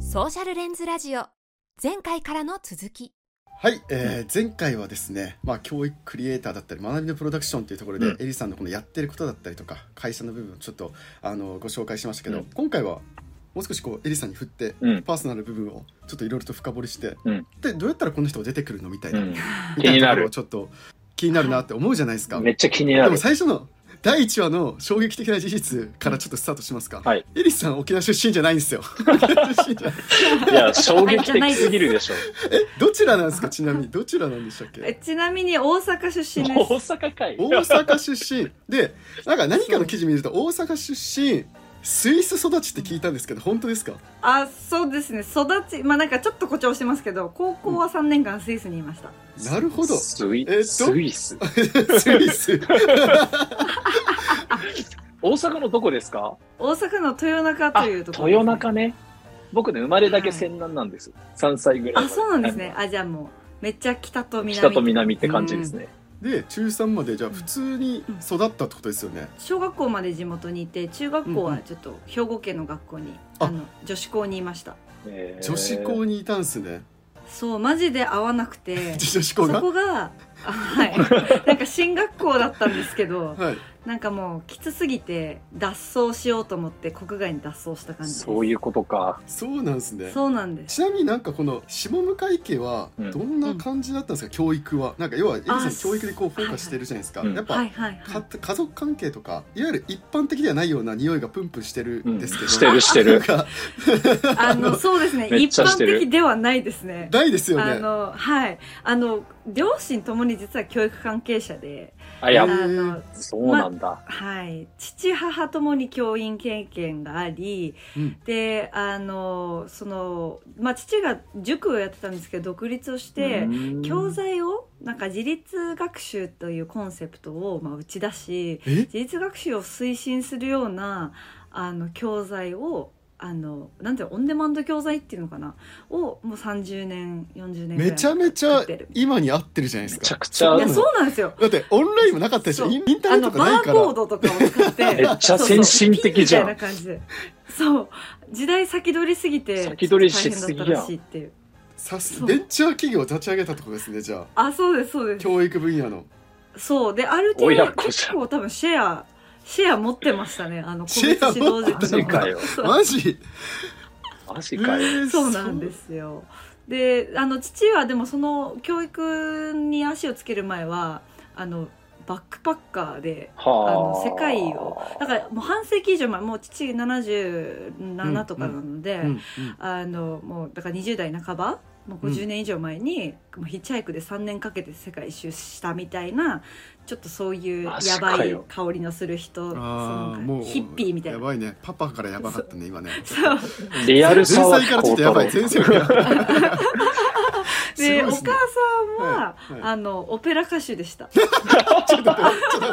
ソーシャルレンズラジオ前回からの続き。 はい、前回はですね、教育クリエイターだったり学びのプロダクションというところで、エリさんのこのやってることだったりとか会社の部分をちょっとご紹介しましたけど、今回はもう少しエリさんに振って、パーソナル部分をちょっといろいろと深掘りして、でどうやったらこの人が出てくるのみたいな、みたいなところをちょっと気になるなって思うじゃないですか。 めっちゃ気になる。 でも最初の第1話の衝撃的な事実からちょっとスタートしますか。エリさん沖縄出身じゃないんですよ。 いや衝撃的すぎるでしょ。 どちらなんですか。ちなみにどちらなんでしたっけ。 ちなみに大阪出身です。 大阪かい。 大阪出身で、何かの記事見ると大阪出身スイス育ちって聞いたんですけど、本当ですか。 そうですね、育ちなんかちょっと誇張してますけど、高校は3年間スイスにいました。 なるほど。 スイススイス大阪のどこですか。 大阪の豊中というところ、 豊中ね。僕ね生まれだけ泉南なんです、3歳ぐらい。 そうなんですね。じゃあもうめっちゃ北と南って感じですね。 で中3までじゃあ普通に育ったってことですよね。 小学校まで地元にいて、中学校はちょっと兵庫県の学校に、女子校にいました。 女子校にいたんすね。 そう、マジで合わなくて女子校がそこがなんか進学校だったんですけど、なんかもうきつすぎて脱走しようと思って国外に脱走した感じです。 そういうことか。 そうなんですね。 そうなんです。 ちなみにこの下向家はどんな感じだったんですか、教育は。要はエリさん教育でフォーカスしてるじゃないですか。やっぱ、家族関係とかいわゆる一般的ではないような匂いがプンプンしてるんですけど、 してるそうですね、一般的ではないですね。 ないですよね。 両親ともに実は教育関係者で、 そうなんだ。 父母ともに教員経験があり、で父が塾をやってたんですけど、独立をして教材を自立学習というコンセプトを打ち出し、自立学習を推進するような教材をなんていうオンデマンド教材っていうのかなをもう30年40年ぐらいめちゃめちゃ今に合ってるじゃないですか。 めちゃくちゃ。 そうなんですよ。 だってオンラインもなかったでしょ。インターネットがないからバーコードとかを使ってめっちゃ先進的じゃん。 みたいな感じで、そう時代先取りすぎて先取りしすぎやん。 大変だったらしいっていう。 ベンチャー企業を立ち上げたとこですね。じゃあそうですそうです。 教育分野の。 そうで、ある程度結構多分シェア持ってましたね。 シェア持ってマジかよ。 マジかよ。 そうなんですよ。で父はでもその教育に足をつける前はバックパッカーで世界をだからもう半世紀以上前、もう父77とかなので、もうだから20代半ば、もう50年以上前に、もうヒッチハイクで3年かけて世界一周したみたいな、ちょっとそういうやばい香りのする人、 もうヒッピーみたいな。 やばいね。パパからやばかったね今ね。 リアルさは前菜からちょっとやばい。前菜からでお母さんは、オペラ歌手でした。 ちょっと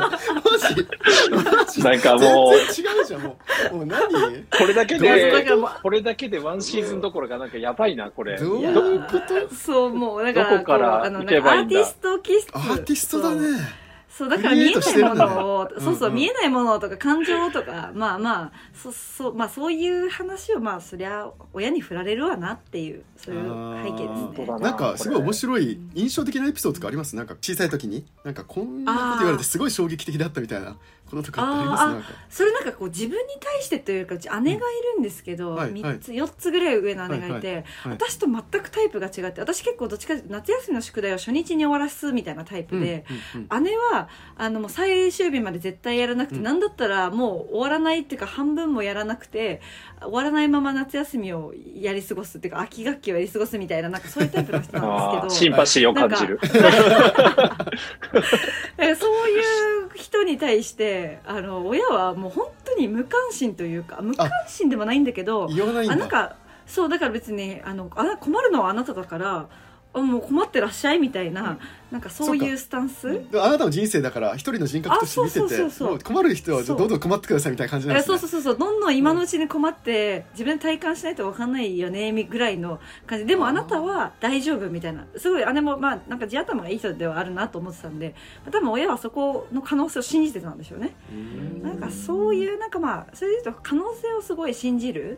マジなんかもう全然違うじゃん。もう何これだけでワンシーズンどころかなんかやばいなこれ。 どういうこと。 そう、もうだからどこから行けばいいんだ。 アーティスト気質。 アーティストだね。 そうだから見えないものを、見えないものとか感情とか、そういう話をそりゃ親に振られるわなっていう、そういう背景ですね。 なんかすごい面白い印象的なエピソードとかあります。なんか小さい時にこんなこと言われてすごい衝撃的だったみたいなこととかってあります。 それ自分に対してというか、姉がいるんですけど、4つぐらい上の姉がいて、私と全くタイプが違って、私結構どっちかというと夏休みの宿題を初日に終わらすみたいなタイプで、姉はもう最終日まで絶対やらなくて、なんだったらもう終わらないっていうか半分もやらなくて、終わらないまま夏休みをやり過ごすっていうか、秋学期をやり過ごすみたいな、そういうタイプの人なんですけど、 シンパシーを感じる。 そういう人に対して親はもう本当に無関心というか、無関心でもないんだけど、 言わないんだ。 そうだから別に困るのはあなただからもう困ってらっしゃいみたいな、なんかそういうスタンス。 あなたの人生だから一人の人格として見てて、もう困る人はどんどん困ってくださいみたいな感じなんですね。 そうどんどん今のうちに困って自分で体感しないと分かんないよねぐらいの感じで、もあなたは大丈夫みたいな、すごい姉もなんか地頭がいい人ではあるなと思ってたんで、多分親はそこの可能性を信じてたんでしょうね。なんかそういうそういう可能性をすごい信じる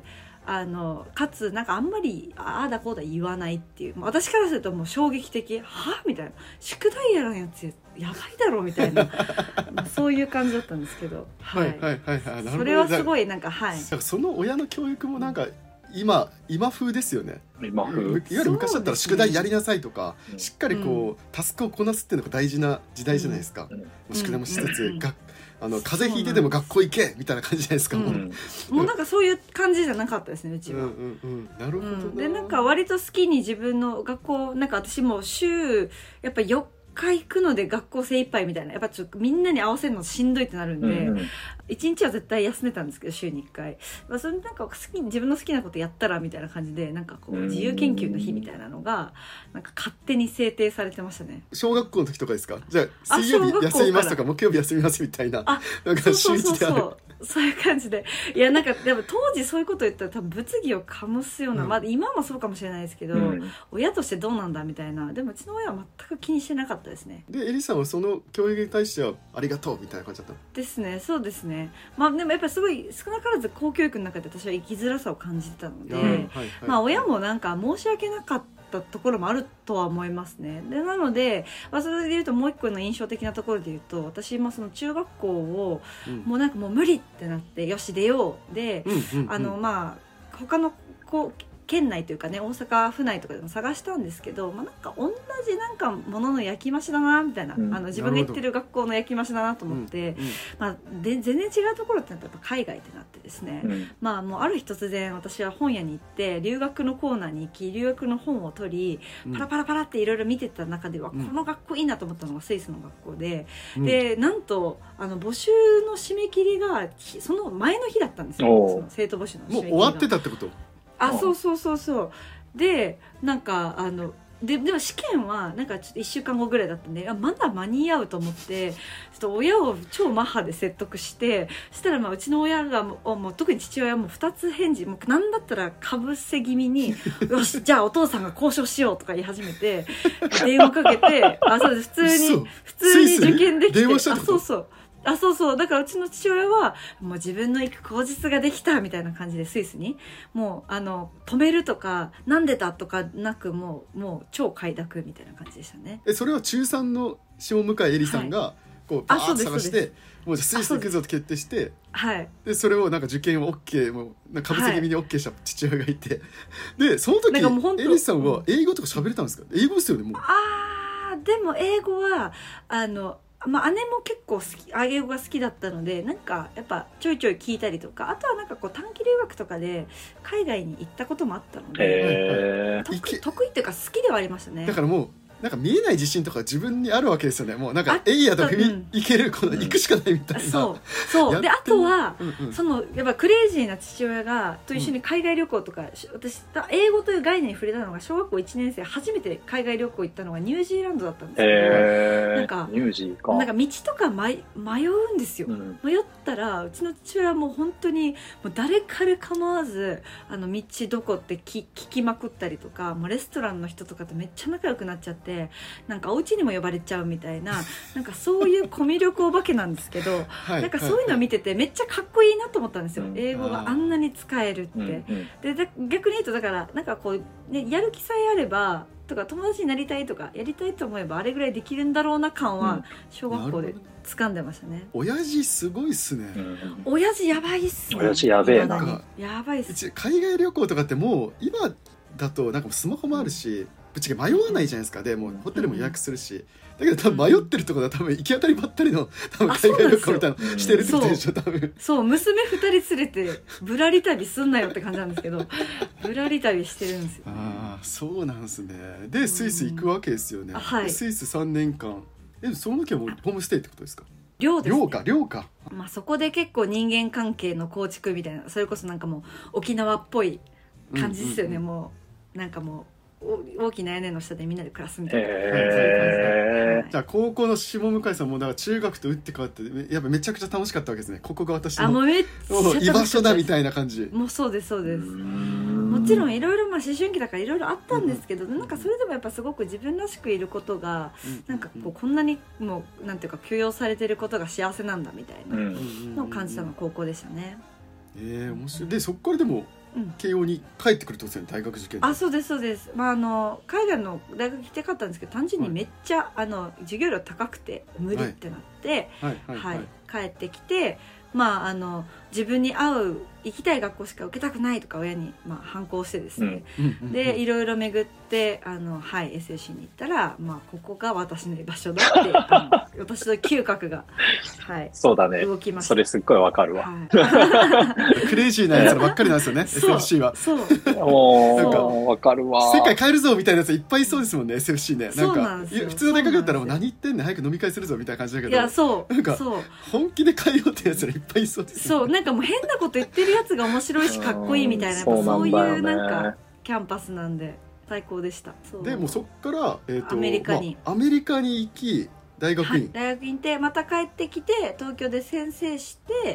かつなんかあんまりああだこうだ言わないっていう、私からするともう衝撃的、はみたいな、宿題やらんやつやばいだろみたいなそういう感じだったんですけど、 はいはいはいはい、 それはすごいなんか、はい、 その親の教育もなんか今風ですよね。 今風。いわゆる昔だったら宿題やりなさいとか、しっかりこう、タスクをこなすっていうのが大事な時代じゃないですか。宿題もしつつ、風邪ひいてでも学校行けみたいな感じじゃないですか。もうなんかそういう感じじゃなかったですね、うちは。 なるほどな。 でなんか割と好きに自分の学校、なんか私も週やっぱ4日行くので学校精一杯みたいな、やっぱちょっとみんなに合わせるのしんどいってなるんで、1日は絶対休んでたんですけど、週に1回、それなんか自分の好きなことやったらみたいな感じで、なんかこう自由研究の日みたいなのがなんか勝手に制定されてましたね。 小学校の時とかですか？じゃあ水曜日休みますとか木曜日休みますみたいな、なんか週一である。 そういう感じで、いやなんかでも当時そういうこと言ったら多分物議を醸すような、今もそうかもしれないですけど、親としてどうなんだみたいな、でもうちの親は全く気にしてなかったですね。 でエリさんはその教育に対してはありがとうみたいな感じだったですね。そうですね。でもやっぱりすごい少なからず公教育の中で私は生きづらさを感じてたので、親もなんか申し訳なかったところもあるとは思いますね。でなので、それで言うともう一個の印象的なところで言うと、私もその中学校をもうなんかもう無理ってなって、よし出ようで、他の県内というかね、大阪府内とかでも探したんですけど、なんか同じなんかものの焼き増しだなみたいな、自分が行ってる学校の焼き増しだなと思って、全然違うところってなったらやっぱ海外ってなってですね、もうある日突然私は本屋に行って留学のコーナーに行き、留学の本を取り、パラパラパラっていろいろ見てた中では、この学校いいなと思ったのがスイスの学校で、でなんと募集の締め切りがその前の日だったんですよ。その生徒募集の締め切りがもう終わってたってこと？ そうでなんかでも試験はなんかちょっと1週間後ぐらいだったんで、まだ間に合うと思って、ちょっと親を超マッハで説得して、そしたらうちの親がもう特に父親も2つ返事、もうなんだったらかぶせ気味によしじゃあお父さんが交渉しようとか言い始めて電話かけて、そうです、普通に受験できて、そうだからうちの父親はもう自分の行く口実ができたみたいな感じで、スイスにもう止めるとかなんでだとかなく、もう超快諾みたいな感じでしたね。 それは中3の下向井絵里さんがこうバーッと探して、もうスイス行くぞと決定して、でそれをなんか受験を OK、 もうかぶせ気味に OK した父親がいて、でその時絵里さんは英語とか喋れたんですか？英語ですよね。もうでも英語は姉も結構英語が好きだったので、なんかやっぱちょいちょい聞いたりとか、あとはなんかこう短期留学とかで海外に行ったこともあったので、得意っていうか好きではありましたね。 だからもうなんか見えない自信とか自分にあるわけですよね。もうなんかエイヤと踏みいける、この行くしかないみたいな。 そうで、あとは、そのやっぱクレイジーな父親と一緒に海外旅行とか、私英語という概念に触れたのが小学校1年生初めて海外旅行行ったのがニュージーランドだったんですけど、なんかニュージーか、 なんか道とか迷うんですよ。迷ったらうちの父親はもう本当にもう誰彼構わず道どこって聞きまくったりとか、もうレストランの人とかとめっちゃ仲良くなっちゃって、なんかお家にも呼ばれちゃうみたいな、なんかそういうコミュ力お化けなんですけどなんかそういうのを見ててめっちゃかっこいいなと思ったんですよ。英語があんなに使えるって。で逆に言うと、だからなんかこう、やる気さえあればとか、友達になりたいとかやりたいと思えばあれぐらいできるんだろうな感は小学校で掴んでましたね。 親父すごいっすね。 親父やばいっすね。 親父やべえな。 やばいっす。 海外旅行とかってもう今だとなんかスマホもあるし、ぶっちゃけ迷わないじゃないですか。でもうホテルも予約するし、だけど多分迷ってるところは多分行き当たりばったりの多分海外旅行みたいなのしてるってことでしょ。多分そう、娘2人連れてぶらり旅すんなよって感じなんですけど、ぶらり旅してるんですよ、ね。 そうなんですね。でスイス行くわけですよね。スイス3年間。その時はもうホームステイってことですか？ 寮ですね。 寮か。 そこで結構人間関係の構築みたいな、それこそなんかもう沖縄っぽい感じですよね。もうなんかもう大きな屋根の下でみんなで暮らすみたいな、そういう感じで、 じゃあ高校の下向井さんもだから中学と打って変わってやっぱめちゃくちゃ楽しかったわけですね。ここが私のもうめっちゃ居場所だみたいな感じ。 もうそうですもちろんいろいろ思春期だからいろいろあったんですけど、なんかそれでもやっぱすごく自分らしくいることが、なんかこんなにもうなんていうか許容されてることが幸せなんだみたいなのを感じたのが高校でしたね。 面白い。でそこからでも慶応に帰ってくるってことですよね、大学受験で。 そうですそうです、海外の大学行きたかったんですけど、単純にめっちゃ、授業料高くて無理ってなって、帰ってきて、自分に合う行きたい学校しか受けたくないとか親に反抗してですね、でいろいろ巡ってSLC に行ったら、ここが私の居場所だって私の嗅覚が、 そうだね、 動きました。 それすっごいわかるわ、 クレイジーなやつらばっかりなんですよねSFC は。 なんかわかるわ、 世界変えるぞみたいなやついっぱいいそうですもんね SFC ね。 そうなんですよ。 普通の大学だったらもう何言ってんねん早く飲み会するぞみたいな感じだけど、 いやそうなんか本気で変えようってやつらいっぱいいそうですね。 そう、なんかもう変なこと言ってるやつが面白いしかっこいいみたいな、やっぱそういうなんかキャンパスなんで最高でした。 でもそっからアメリカに行き大学院行ってまた帰ってきて東京で先生して、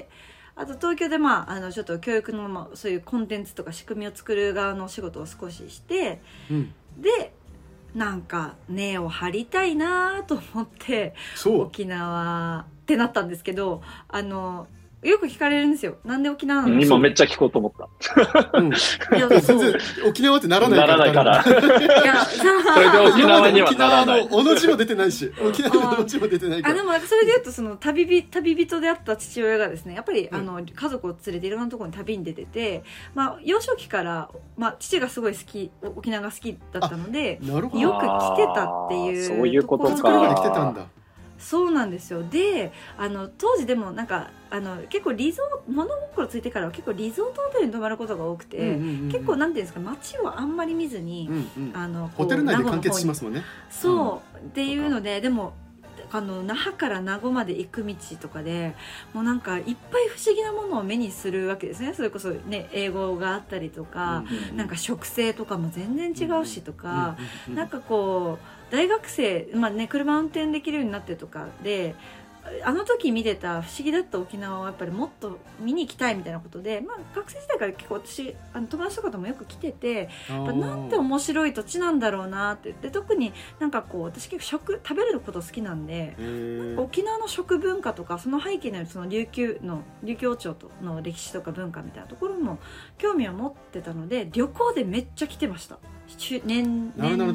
あと東京でちょっと教育のそういうコンテンツとか仕組みを作る側の仕事を少しして、でなんか根を張りたいなと思って沖縄ってなったんですけど、よく聞かれるんですよ。なんで沖縄なの？ 今めっちゃ聞こうと思った。 いや全然沖縄ってならないから。 いや、 それで沖縄にはならない。 沖縄のおの字も出てないし、沖縄のおの字も出てないから。 でもそれで言うとその旅人であった父親がですね、やっぱり家族を連れていろんなところに旅に出てて、幼少期から父がすごい好き、沖縄が好きだったので、よく来てたっていう。 そういうことか。 作るまで来てたんだ。 そうなんですよ。で当時でもなんか結構物心ついてからは結構リゾートホテルに泊まることが多くて、結構なんていうんですか、街をあんまり見ずに、 ホテル内で完結しますもんね。 そうっていうので、でも那覇から名護まで行く道とかでもうなんかいっぱい不思議なものを目にするわけですね。それこそね、英語があったりとか、なんか植生とかも全然違うしとか、なんかこう大学生、車運転できるようになってとかで、あの時見てた不思議だった沖縄をやっぱりもっと見に行きたいみたいなことで、学生時代から結構私友達とかともよく来てて、なんて面白い土地なんだろうなって言って、特になんかこう私結構食べること好きなんで、沖縄の食文化とかその背景にあるその琉球王朝の歴史とか文化みたいなところも興味を持ってたので、旅行でめっちゃ来てました。年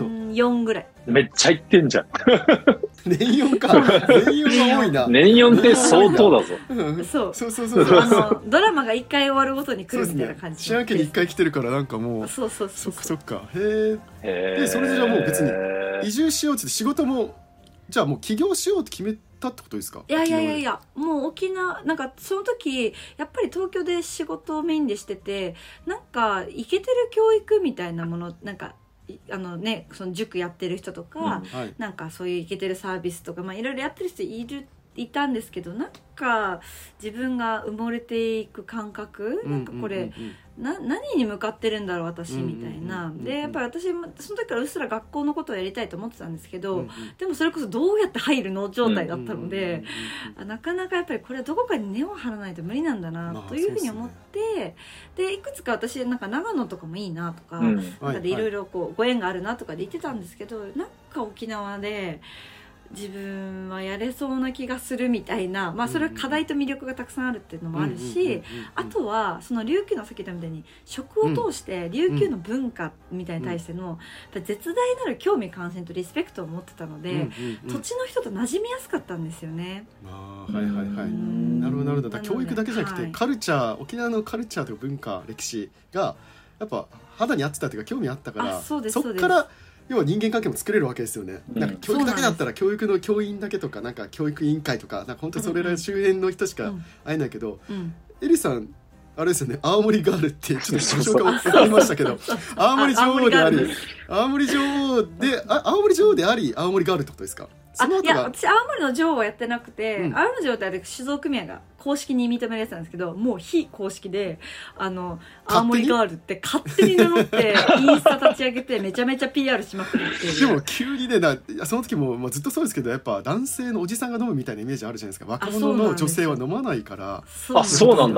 4ぐらい。 めっちゃ行ってんじゃん。 年4か。年4は多いな。 年4って相当だぞ。 そうドラマが1回終わるごとに来るみたいな感じ。 四半期に1回来てるからなんかもう。そっか。へえ。それでじゃあもう別に移住しようって仕事もじゃあもう起業しようって決めたってことですか？ いやもう沖縄なんかその時やっぱり東京で仕事をメインでしてて、なんかイケてる教育みたいなもの、なんかその塾やってる人とか、なんかそういうイケてるサービスとかいろいろやってる人いたんですけど、なんか自分が埋もれていく感覚、なんかこれ何に向かってるんだろう私みたいな。でやっぱり私もその時からうっすら学校のことをやりたいと思ってたんですけど、でもそれこそどうやって入るの状態だったので、なかなかやっぱりこれはどこかに根を張らないと無理なんだなというふうに思って、でいくつか私なんか長野とかもいいなとか、なんかでいろいろこうご縁があるなとかで言ってたんですけど、なんか沖縄で自分はやれそうな気がするみたいな、それは課題と魅力がたくさんあるっていうのもあるし、あとはその琉球のさっき言ったみたいに食を通して琉球の文化みたいに対しての絶大なる興味関心とリスペクトを持ってたので、土地の人と馴染みやすかったんですよね。 なるほど。だ教育だけじゃなくてカルチャー、沖縄のカルチャーとか文化歴史がやっぱ肌に合ってたというか興味あったから、そっから要は人間関係も作れるわけですよね。なんか教育だけだったら教育の教員だけとかなんか教育委員会とかなんか本当にそれら周辺の人しか会えないけど、エリさんあれですよね、青森ガールってちょっとご紹介分かりましたけど、青森女王であり青森女王であり青森ガールってことですか？ いや私青森の女王はやってなくて、青森の女王って酒造組合が公式に認めるやつなんですけど、もう非公式で青森ガールって勝手に名乗ってインスタ立ち上げてめちゃめちゃ PR しまくるっていう。 でも急にねその時も、ずっとそうですけど、やっぱ男性のおじさんが飲むみたいなイメージあるじゃないですか。若者の女性は飲まないから。 そうなんだ。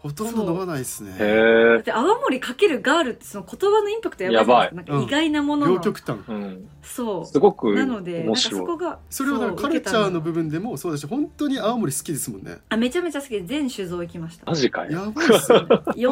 ほとんど飲まないですね。 だって泡盛かけるガールってその言葉のインパクトやばいじゃないですか。なんか意外なものの、 両極端、 そうすごくなので、 面白い。 なんかそこがそれはカルチャーの部分でもそうだし、本当に泡盛好きですもんね。 めちゃめちゃ好きで全酒造行きました。 マジかよ。 やばいっすよね。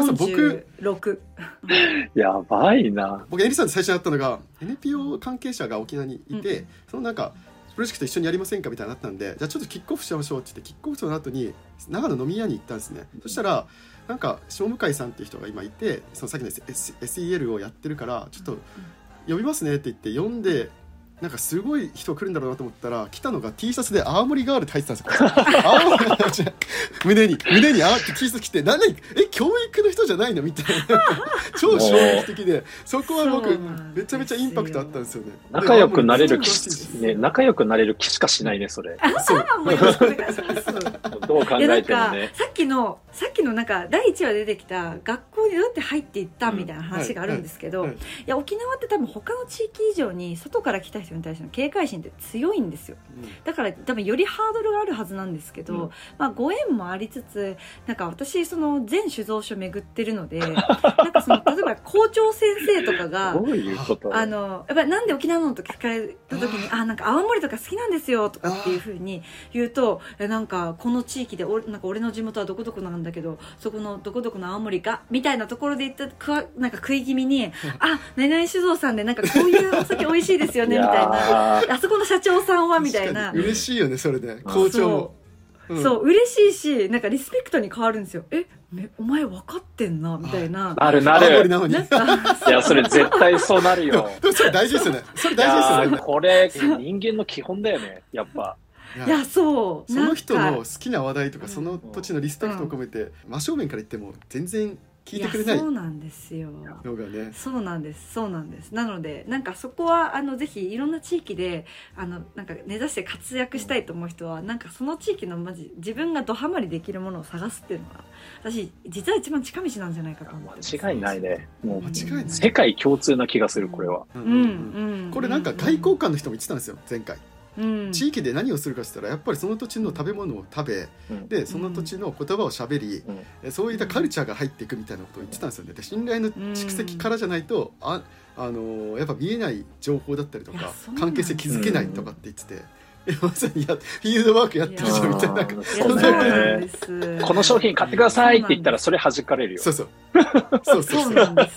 46 やばいな。 僕エリさんと最初に会ったのが NPO 関係者が沖縄にいて、そのなんかプロジェクト一緒にやりませんかみたいになったんで、じゃあちょっとキックオフしましょうって言って、キックオフの後に長野飲み屋に行ったんですね。そしたらなんか下向井さんっていう人が今いて、そのさっきの SEL をやってるからちょっと呼びますねって言って呼んで、なんかすごい人来るんだろうなと思ったら、来たのが T シャツで青森ガールって入ってたんですよ。青森ガール胸にあって T シャツ着て、教育の人じゃないのみたいな超衝撃的で、そこは僕めちゃめちゃインパクトあったんですよね。 仲良くなれる気しかしないね、それ。 そうどう考えてもね。 さっきのなんか第1話出てきた学校にどうやって入っていったみたいな話があるんですけど、いや沖縄って多分他の地域以上に外から来た人に対しての警戒心って強いんですよ。だから多分よりハードルがあるはずなんですけど、ご縁もありつつ、なんか私その全酒造所巡ってるので、なんかその例えば校長先生とかがどういうことやっぱりなんで沖縄のと聞かれた時になんか泡盛とか好きなんですよとかっていう風に言うと、なんかこの地域でなんか俺の地元はどこどこなんだけど、そこのどこどこの青森がみたいなところで言ったなんか食い気味に何々酒造さんでなんかこういうお酒美味しいですよねみたいな、あそこの社長さんはみたいな。 嬉しいよねそれで、校長もそう嬉しいし、なんかリスペクトに変わるんですよ。お前分かってんなみたいな。 なるなのに。 いやそれ絶対そうなるよ。 それ大事ですよね。それ大事ですよね。 これ人間の基本だよね、やっぱ。 いやそうその人の好きな話題とかその土地のリスペクトを込めて真正面から言っても全然聞いてくれない。 そうなんですよ。 のがね。 そうなんです。なのでなんかそこはぜひいろんな地域でなんか目指して活躍したいと思う人は、なんかその地域の自分がドハマりできるものを探すっていうのは私実は一番近道なんじゃないかと思ってます。 間違いないね。もう間違いない。 世界共通な気がするこれは。 これなんか外交官の人も言ってたんですよ前回。地域で何をするかって言ったらやっぱりその土地の食べ物を食べ、でその土地の言葉をしゃべり、そういったカルチャーが入っていくみたいなことを言ってたんですよね。で信頼の蓄積からじゃないとやっぱ見えない情報だったりとか関係性築けないとかって言ってて、まさにフィールドワークやってるじゃんみたいな。 この商品買ってくださいって言ったらそれ弾かれるよ。 そうなんです。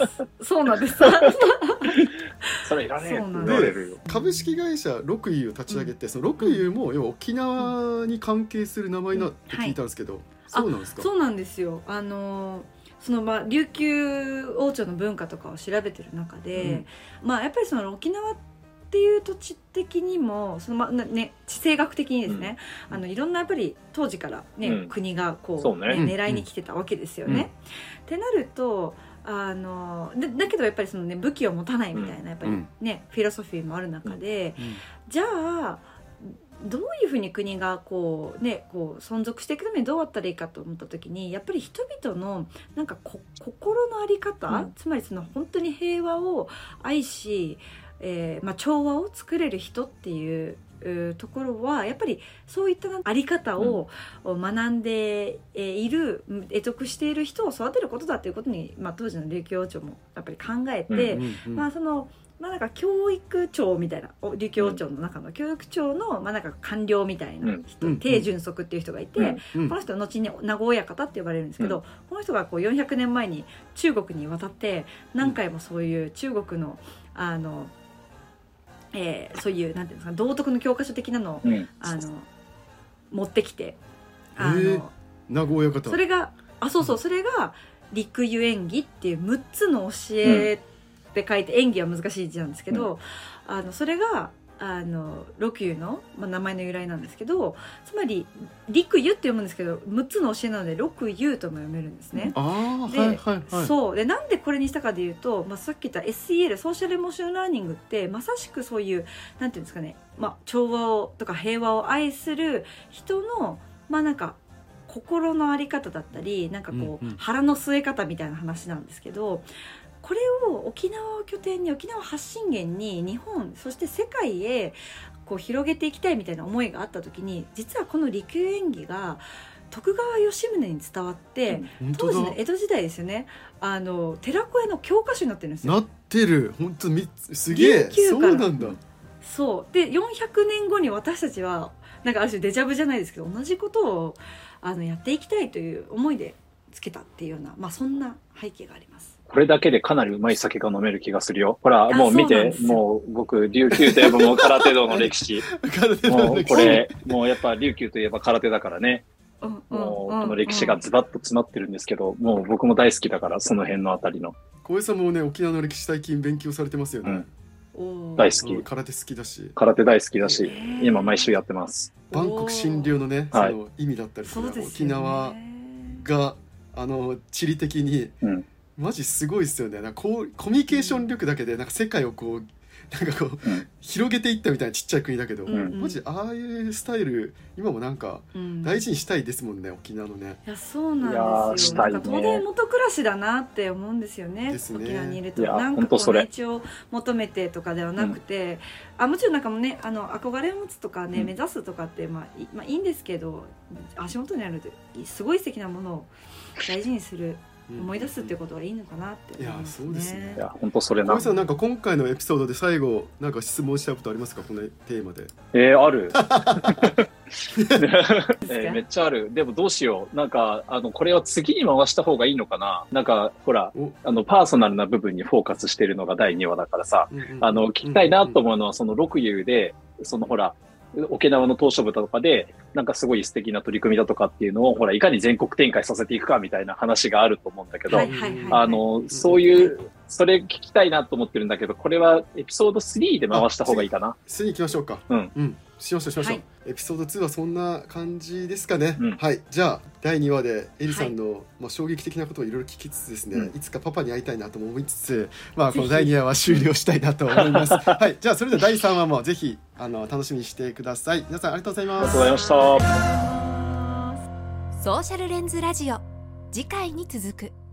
それいらねえって言われるよ。 株式会社六湯を立ち上げて、その六湯も要は沖縄に関係する名前なって聞いたんですけど、そうなんですか？ そうなんですよ。その琉球王朝の文化とかを調べてる中で、やっぱりその沖縄っていう土地的にも地政学的にですね、いろんなやっぱり当時から国がこう狙いに来てたわけですよね。ってなるとだけどやっぱりその武器を持たないみたいなやっぱりフィロソフィーもある中で、じゃあどういうふうに国がこう存続していくためにどうやったらいいかと思った時に、やっぱり人々のなんか心の在り方、つまりその本当に平和を愛し、調和を作れる人っていうところはやっぱりそういった在り方を学んでいる、得得している人を育てることだということに、当時の琉球王朝もやっぱり考えて、なんか教育長みたいな琉球王朝の中の教育長のなんか官僚みたいな人、鄭純則っていう人がいて、この人は後に名護親方って呼ばれるんですけど、この人がこう400年前に中国に渡って何回もそういう中国のそういうなんていうんですか、道徳の教科書的なのを、持ってきて名護親方、 それがそれが陸湯演義っていう6つの教えって書いて、演技は難しい字なんですけど、それが陸湯の、名前の由来なんですけど、つまり陸湯って読むんですけど6つの教えなので陸湯とも読めるんですね。そうで、なんでこれにしたかでいうと、さっき言った SEL ソーシャルエモーションラーニングってまさしくそういうなんていうんですかね、調和をとか平和を愛する人のなんか心の在り方だったり、なんかこう、腹の据え方みたいな話なんですけど、これを沖縄を拠点に、沖縄発信源に日本そして世界へこう広げていきたいみたいな思いがあった時に、実はこの陸湯演技が徳川吉宗に伝わって、当時の江戸時代ですよね、寺子屋の教科書になってるんですよ。 なってる、本当すげえ、そうなんだ。 そうで400年後に私たちはなんかある種デジャブじゃないですけど、同じことをやっていきたいという思いでつけたっていうような、まあ、そんな背景があります。 これだけでかなりうまい酒が飲める気がするよ。ほら、もう見て、もう僕、琉球といえばもう空手道の歴史。もうこれ、もうやっぱ琉球といえば空手だからね。もうこの歴史がズバッと詰まってるんですけど、もう僕も大好きだから、その辺のあたりの。 小江さんもね、沖縄の歴史最近勉強されてますよね。 大好き。 空手好きだし。 空手大好きだし、今毎週やってます。 万国新流のね、その意味だったりとか、沖縄が、地理的に、マジすごいですよね。なんかこうコミュニケーション力だけでなんか世界をこうなんかこう、広げていったみたいなちっちゃい国だけど、マジああいうスタイル今もなんか大事にしたいですもんね、沖縄のね。 いやそうなんですよ。なんか東大元暮らしだなって思うんですよね。沖縄にいるとなんかこう内地を求めてとかではなくて、もちろんなんかもね憧れを持つとかね、目指すとかってまあいいんですけど、足元にあるすごい素敵なものを大事にする。思い出すっていうことはいいのかなって思いますね。いや、そうですね。 いや、本当それな。 小江さん、なんか今回のエピソードで最後なんか質問したいことありますか、このテーマで。 ある。めっちゃある。でもどうしよう。なんかこれを次に回した方がいいのかな。なんかほらパーソナルな部分にフォーカスしてるのが第2話だからさ、聞きたいなと思うのはその六遊でそのほら。沖縄の島しょ部とかでなんかすごい素敵な取り組みだとかっていうのをほらいかに全国展開させていくかみたいな話があると思うんだけど、そういうそれ聞きたいなと思ってるんだけど、これはエピソード3で回した方がいいかな。 3行きましょうか。しましょう、エピソード2はそんな感じですかね。はい、じゃあ第2話でエリさんの、衝撃的なことをいろいろ聞きつつですね、いつかパパに会いたいなとも思いつつ、この第2話は終了したいなと思います。はい、じゃあそれでは第3話もぜひ楽しみにしてください。皆さんありがとうございます。 ありがとうございました。 ソーシャルレンズラジオ、次回に続く。